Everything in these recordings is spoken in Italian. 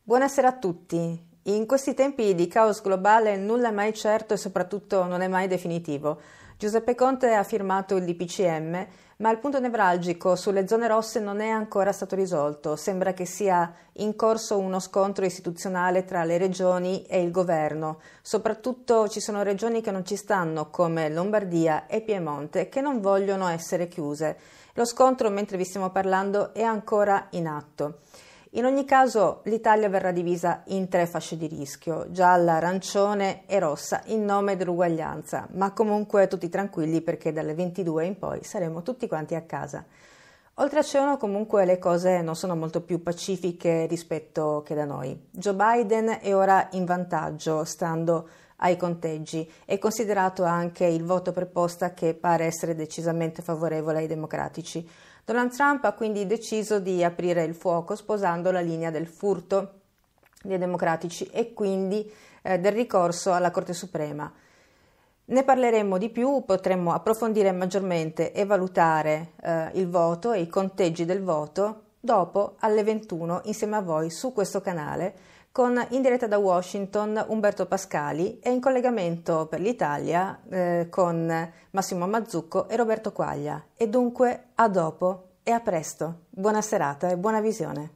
Buonasera a tutti. In questi tempi di caos globale nulla è mai certo e soprattutto non è mai definitivo. Giuseppe Conte ha firmato il DPCM, ma il punto nevralgico sulle zone rosse non è ancora stato risolto. Sembra che sia in corso uno scontro istituzionale tra le regioni e il governo. Soprattutto ci sono regioni che non ci stanno, come Lombardia e Piemonte, che non vogliono essere chiuse. Lo scontro, mentre vi stiamo parlando, è ancora in atto. In ogni caso l'Italia verrà divisa in 3 fasce di rischio, gialla, arancione e rossa, in nome dell'uguaglianza, ma comunque tutti tranquilli perché dalle 22 in poi saremo tutti quanti a casa. Oltreoceano comunque le cose non sono molto più pacifiche rispetto che da noi. Joe Biden è ora in vantaggio, stando ai conteggi, è considerato anche il voto preposta che pare essere decisamente favorevole ai democratici. Donald Trump ha quindi deciso di aprire il fuoco sposando la linea del furto dei democratici e quindi del ricorso alla Corte Suprema. Ne parleremo di più, potremmo approfondire maggiormente e valutare il voto e i conteggi del voto dopo alle 21 insieme a voi su questo canale in diretta da Washington Umberto Pascali e in collegamento per l'Italia con Massimo Mazzucco e Roberto Quaglia. E dunque a dopo e a presto. Buona serata e buona visione.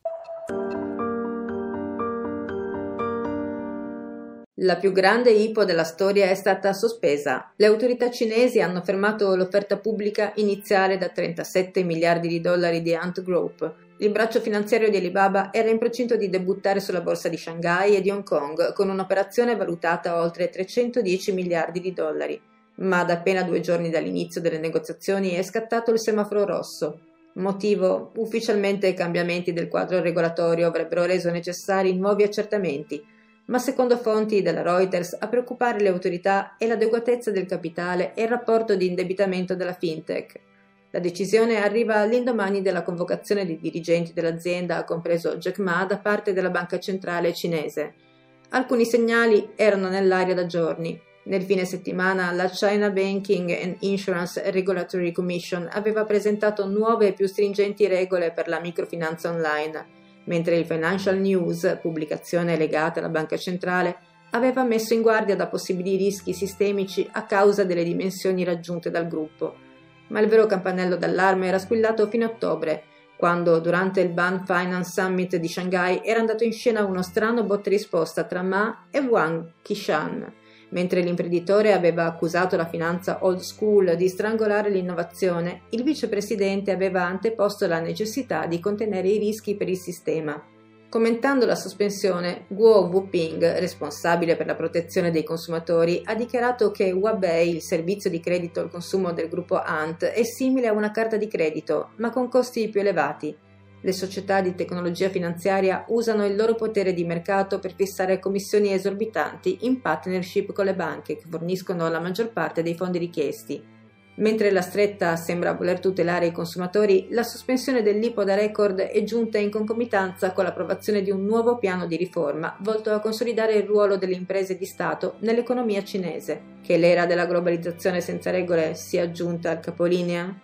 La più grande IPO della storia è stata sospesa. Le autorità cinesi hanno fermato l'offerta pubblica iniziale da 37 miliardi di dollari di Ant Group. Il braccio finanziario di Alibaba era in procinto di debuttare sulla borsa di Shanghai e di Hong Kong con un'operazione valutata a oltre 310 miliardi di dollari. Ma ad appena 2 giorni dall'inizio delle negoziazioni è scattato il semaforo rosso. Motivo? Ufficialmente i cambiamenti del quadro regolatorio avrebbero reso necessari nuovi accertamenti. Ma secondo fonti della Reuters a preoccupare le autorità è l'adeguatezza del capitale e il rapporto di indebitamento della fintech. La decisione arriva all'indomani della convocazione dei dirigenti dell'azienda, compreso Jack Ma, da parte della banca centrale cinese. Alcuni segnali erano nell'aria da giorni. Nel fine settimana la China Banking and Insurance Regulatory Commission aveva presentato nuove e più stringenti regole per la microfinanza online, mentre il Financial News, pubblicazione legata alla banca centrale, aveva messo in guardia da possibili rischi sistemici a causa delle dimensioni raggiunte dal gruppo. Ma il vero campanello d'allarme era squillato fino a ottobre, quando durante il Ban Finance Summit di Shanghai era andato in scena uno strano botta risposta tra Ma e Wang Qishan. Mentre l'imprenditore aveva accusato la finanza old school di strangolare l'innovazione, il vicepresidente aveva anteposto la necessità di contenere i rischi per il sistema. Commentando la sospensione, Guo Wuping, responsabile per la protezione dei consumatori, ha dichiarato che Huabei, il servizio di credito al consumo del gruppo Ant, è simile a una carta di credito, ma con costi più elevati. Le società di tecnologia finanziaria usano il loro potere di mercato per fissare commissioni esorbitanti in partnership con le banche che forniscono la maggior parte dei fondi richiesti. Mentre la stretta sembra voler tutelare i consumatori, la sospensione dell'IPO da record è giunta in concomitanza con l'approvazione di un nuovo piano di riforma volto a consolidare il ruolo delle imprese di Stato nell'economia cinese. Che l'era della globalizzazione senza regole sia aggiunta al capolinea?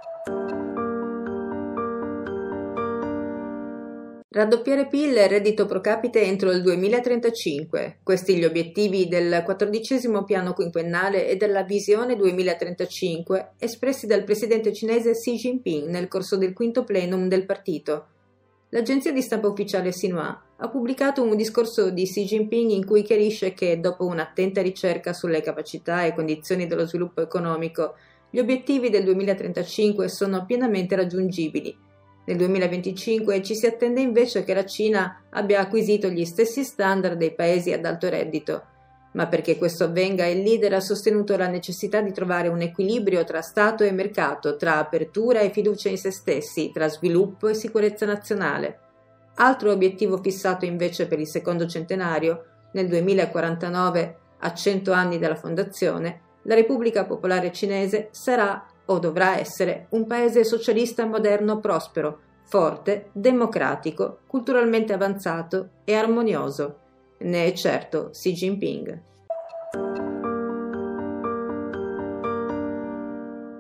Raddoppiare PIL e reddito pro capite entro il 2035. Questi gli obiettivi del 14° piano quinquennale e della visione 2035 espressi dal presidente cinese Xi Jinping nel corso del 5° plenum del partito. L'agenzia di stampa ufficiale Xinhua ha pubblicato un discorso di Xi Jinping in cui chiarisce che dopo un'attenta ricerca sulle capacità e condizioni dello sviluppo economico, gli obiettivi del 2035 sono pienamente raggiungibili. Nel 2025 ci si attende invece che la Cina abbia acquisito gli stessi standard dei paesi ad alto reddito. Ma perché questo avvenga, il leader ha sostenuto la necessità di trovare un equilibrio tra Stato e mercato, tra apertura e fiducia in se stessi, tra sviluppo e sicurezza nazionale. Altro obiettivo fissato invece per il secondo centenario, nel 2049, a 100 anni dalla fondazione, la Repubblica Popolare Cinese sarà o dovrà essere un paese socialista moderno prospero, forte, democratico, culturalmente avanzato e armonioso. Ne è certo Xi Jinping.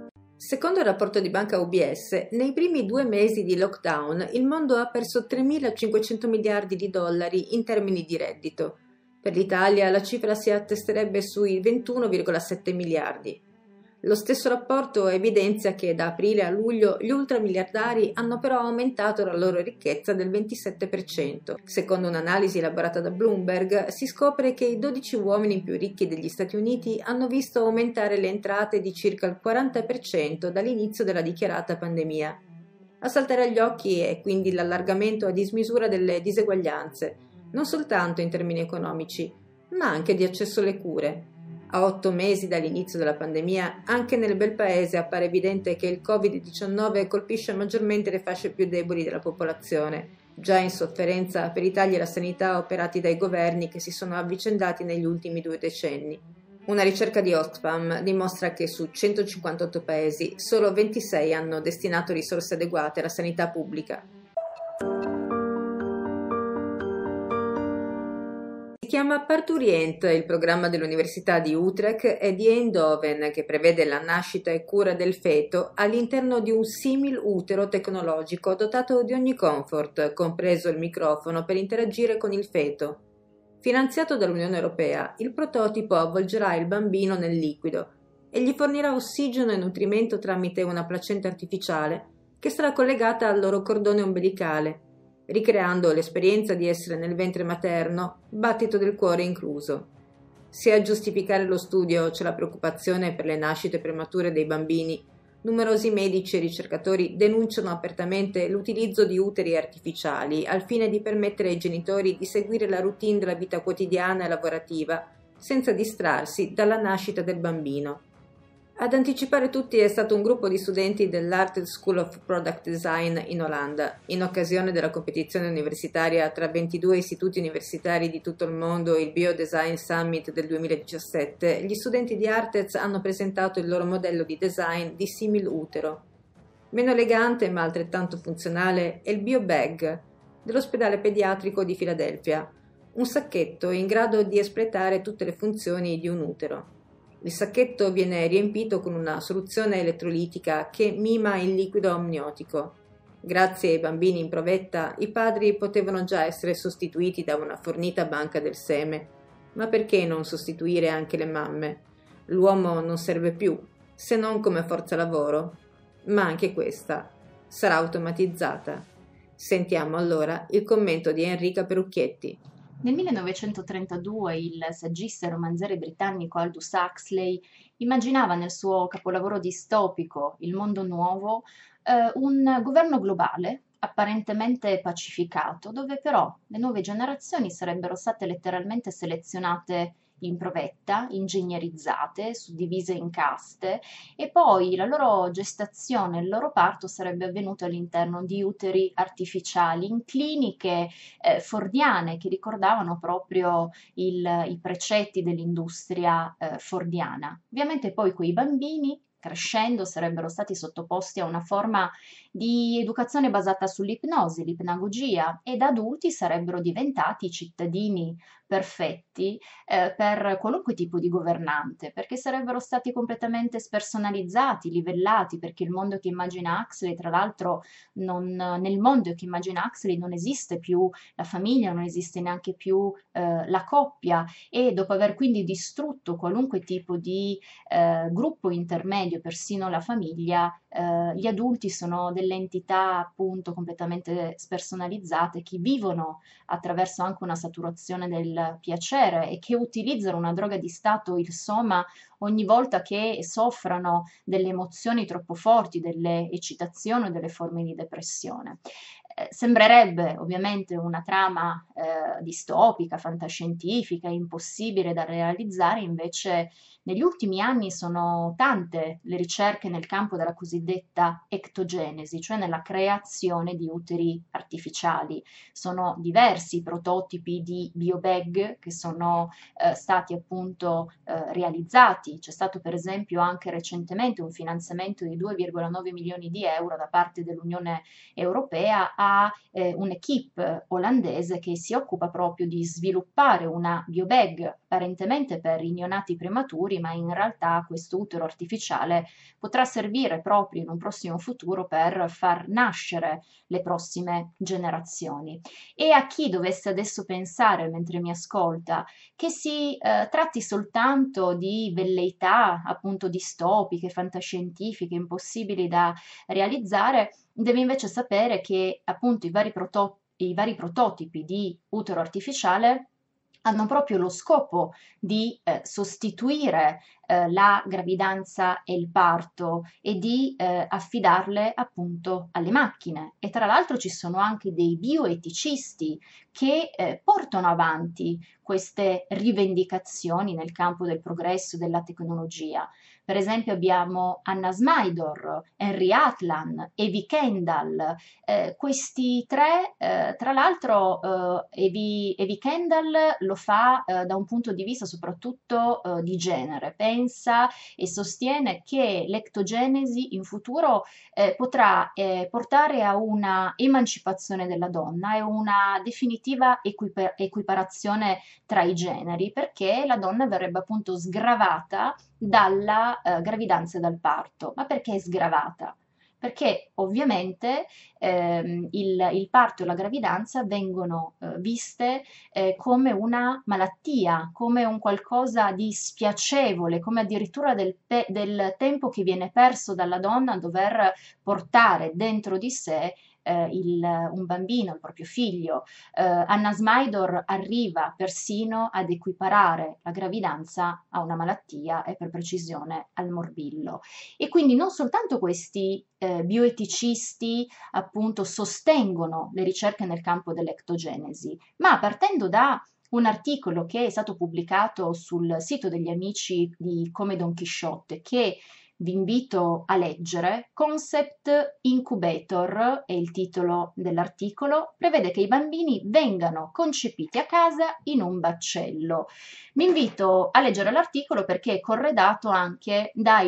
Secondo il rapporto di banca UBS, nei primi 2 mesi di lockdown il mondo ha perso 3.500 miliardi di dollari in termini di reddito. Per l'Italia la cifra si attesterebbe sui 21,7 miliardi. Lo stesso rapporto evidenzia che da aprile a luglio gli ultramiliardari hanno però aumentato la loro ricchezza del 27%. Secondo un'analisi elaborata da Bloomberg, si scopre che i 12 uomini più ricchi degli Stati Uniti hanno visto aumentare le entrate di circa il 40% dall'inizio della dichiarata pandemia. A saltare agli occhi è quindi l'allargamento a dismisura delle diseguaglianze, non soltanto in termini economici, ma anche di accesso alle cure. A 8 mesi dall'inizio della pandemia, anche nel bel paese appare evidente che il Covid-19 colpisce maggiormente le fasce più deboli della popolazione, già in sofferenza per i tagli alla sanità operati dai governi che si sono avvicendati negli ultimi 2 decenni. Una ricerca di Oxfam dimostra che su 158 paesi solo 26 hanno destinato risorse adeguate alla sanità pubblica. Si chiama Parturient il programma dell'Università di Utrecht e di Eindhoven, che prevede la nascita e cura del feto all'interno di un simil utero tecnologico dotato di ogni comfort, compreso il microfono per interagire con il feto. Finanziato dall'Unione Europea, il prototipo avvolgerà il bambino nel liquido e gli fornirà ossigeno e nutrimento tramite una placenta artificiale che sarà collegata al loro cordone ombelicale, ricreando l'esperienza di essere nel ventre materno, battito del cuore incluso. Se a giustificare lo studio c'è la preoccupazione per le nascite premature dei bambini, numerosi medici e ricercatori denunciano apertamente l'utilizzo di uteri artificiali al fine di permettere ai genitori di seguire la routine della vita quotidiana e lavorativa senza distrarsi dalla nascita del bambino. Ad anticipare tutti è stato un gruppo di studenti dell'Art School of Product Design in Olanda. In occasione della competizione universitaria tra 22 istituti universitari di tutto il mondo, il Biodesign Summit del 2017, gli studenti di Artez hanno presentato il loro modello di design di simil utero. Meno elegante ma altrettanto funzionale è il BioBag dell'ospedale pediatrico di Filadelfia, un sacchetto in grado di espletare tutte le funzioni di un utero. Il sacchetto viene riempito con una soluzione elettrolitica che mima il liquido amniotico. Grazie ai bambini in provetta, i padri potevano già essere sostituiti da una fornita banca del seme. Ma perché non sostituire anche le mamme? L'uomo non serve più, se non come forza lavoro, ma anche questa sarà automatizzata. Sentiamo allora il commento di Enrica Perucchietti. Nel 1932 il saggista e romanziere britannico Aldous Huxley immaginava nel suo capolavoro distopico Il mondo nuovo un governo globale apparentemente pacificato, dove però le nuove generazioni sarebbero state letteralmente selezionate in provetta, ingegnerizzate, suddivise in caste e poi la loro gestazione, il loro parto sarebbe avvenuto all'interno di uteri artificiali in cliniche fordiane che ricordavano proprio i precetti dell'industria fordiana. Ovviamente poi quei bambini crescendo sarebbero stati sottoposti a una forma di educazione basata sull'ipnosi, l'ipnagogia e da adulti sarebbero diventati cittadini perfetti per qualunque tipo di governante, perché sarebbero stati completamente spersonalizzati, livellati, perché il mondo che immagina Huxley, tra l'altro, nel mondo che immagina Huxley non esiste più la famiglia, non esiste neanche più la coppia e dopo aver quindi distrutto qualunque tipo di gruppo intermedio, persino la famiglia, gli adulti sono delle entità appunto completamente spersonalizzate che vivono attraverso anche una saturazione del piacere e che utilizzano una droga di stato, il soma, ogni volta che soffrano delle emozioni troppo forti, delle eccitazioni o delle forme di depressione. Sembrerebbe ovviamente una trama distopica, fantascientifica, impossibile da realizzare, invece negli ultimi anni sono tante le ricerche nel campo della cosiddetta ectogenesi, cioè nella creazione di uteri artificiali. Sono diversi i prototipi di biobag che sono stati appunto realizzati. C'è stato per esempio anche recentemente un finanziamento di 2,9 milioni di euro da parte dell'Unione Europea a un'equipe olandese che si occupa proprio di sviluppare una biobag apparentemente per i neonati prematuri, ma in realtà questo utero artificiale potrà servire proprio in un prossimo futuro per far nascere le prossime generazioni. E a chi dovesse adesso pensare, mentre mi ascolta, che si tratti soltanto di velleità appunto distopiche, fantascientifiche, impossibili da realizzare, deve invece sapere che appunto i vari prototipi di utero artificiale hanno proprio lo scopo di sostituire la gravidanza e il parto e di affidarle appunto alle macchine. E tra l'altro ci sono anche dei bioeticisti che portano avanti queste rivendicazioni nel campo del progresso della tecnologia. Per esempio abbiamo Anna Smaidor, Henry Atlan, Evi Kendall. Questi tre, tra l'altro, Evi Kendall lo fa da un punto di vista soprattutto di genere. Pensa e sostiene che l'ectogenesi in futuro potrà portare a una emancipazione della donna e una definitiva equiparazione tra i generi, perché la donna verrebbe appunto sgravata dalla gravidanza e dal parto. Ma perché è sgravata? Perché ovviamente il parto e la gravidanza vengono viste come una malattia, come un qualcosa di spiacevole, come addirittura del tempo che viene perso dalla donna a dover portare dentro di sé un bambino, il proprio figlio. Anna Smaidor arriva persino ad equiparare la gravidanza a una malattia e per precisione al morbillo. E quindi non soltanto questi bioeticisti appunto sostengono le ricerche nel campo dell'ectogenesi, ma partendo da un articolo che è stato pubblicato sul sito degli amici di Come Don Chisciotte, che vi invito a leggere. Concept Incubator è il titolo dell'articolo, prevede che i bambini vengano concepiti a casa in un baccello. Vi invito a leggere l'articolo perché è corredato anche da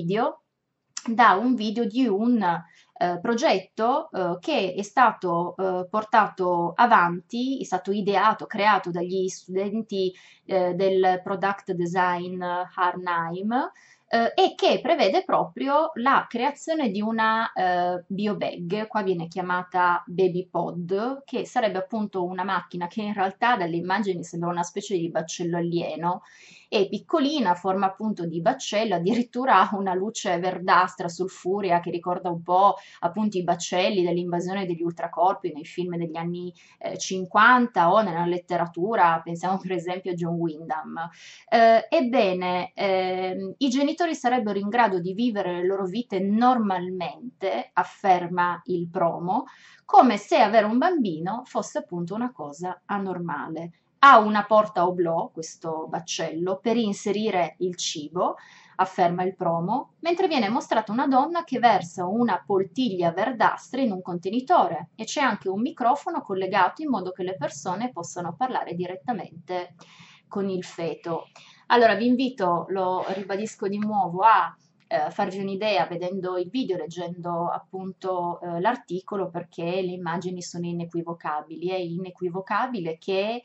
un video di un progetto che è stato portato avanti, è stato ideato, creato dagli studenti del Product Design Arnhem, e che prevede proprio la creazione di una biobag, qua viene chiamata Baby Pod, che sarebbe appunto una macchina che in realtà dalle immagini sembra una specie di baccello alieno, è piccolina, forma appunto di baccello, addirittura ha una luce verdastra sulfurea che ricorda un po' appunto i baccelli dell'invasione degli ultracorpi nei film degli anni 50 o nella letteratura, pensiamo per esempio a John Wyndham. Ebbene, i genitori sarebbero in grado di vivere le loro vite normalmente, afferma il promo, come se avere un bambino fosse appunto una cosa anormale. Ha una porta a oblò, questo baccello, per inserire il cibo, afferma il promo, mentre viene mostrata una donna che versa una poltiglia verdastra in un contenitore e c'è anche un microfono collegato in modo che le persone possano parlare direttamente con il feto. Allora vi invito, lo ribadisco di nuovo, a farvi un'idea vedendo il video, leggendo appunto l'articolo, perché le immagini sono inequivocabili. È inequivocabile che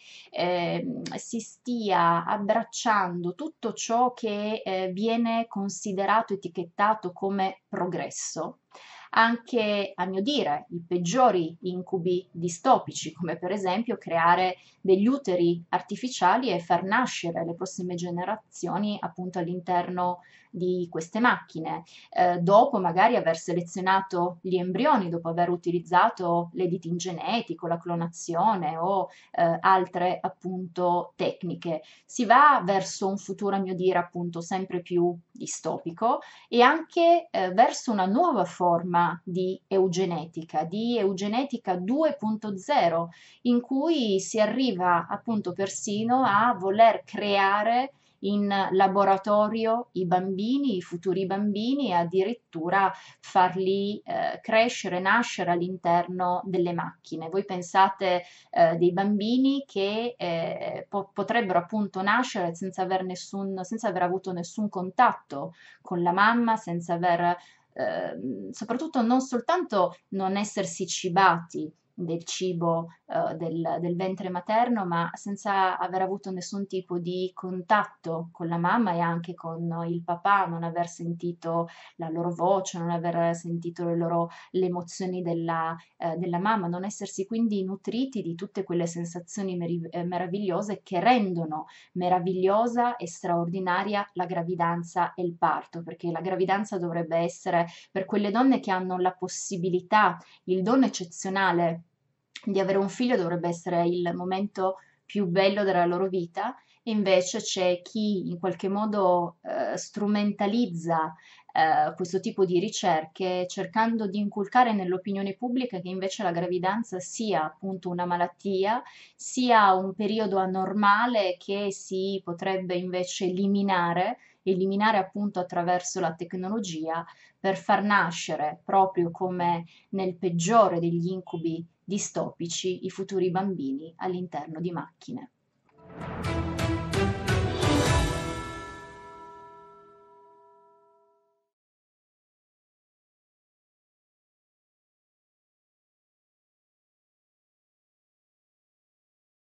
si stia abbracciando tutto ciò che viene considerato, etichettato come progresso. Anche, a mio dire, i peggiori incubi distopici, come per esempio creare degli uteri artificiali e far nascere le prossime generazioni appunto all'interno di queste macchine, dopo magari aver selezionato gli embrioni, dopo aver utilizzato l'editing genetico, la clonazione o altre appunto tecniche. Si va verso un futuro, a mio dire, appunto sempre più distopico e anche verso una nuova forma di eugenetica 2.0, in cui si arriva appunto persino a voler creare in laboratorio i bambini, i futuri bambini e addirittura farli crescere, nascere all'interno delle macchine. Voi pensate dei bambini che potrebbero appunto nascere senza aver avuto nessun contatto con la mamma, senza aver soprattutto non soltanto non essersi cibati del cibo del ventre materno, ma senza aver avuto nessun tipo di contatto con la mamma e anche con il papà, non aver sentito la loro voce, non aver sentito le emozioni della mamma, non essersi quindi nutriti di tutte quelle sensazioni meravigliose che rendono meravigliosa e straordinaria la gravidanza e il parto, perché la gravidanza dovrebbe essere per quelle donne che hanno la possibilità, il dono eccezionale di avere un figlio, dovrebbe essere il momento più bello della loro vita, e invece c'è chi in qualche modo strumentalizza questo tipo di ricerche, cercando di inculcare nell'opinione pubblica che invece la gravidanza sia appunto una malattia, sia un periodo anormale che si potrebbe invece eliminare appunto attraverso la tecnologia per far nascere, proprio come nel peggiore degli incubi distopici, i futuri bambini all'interno di macchine.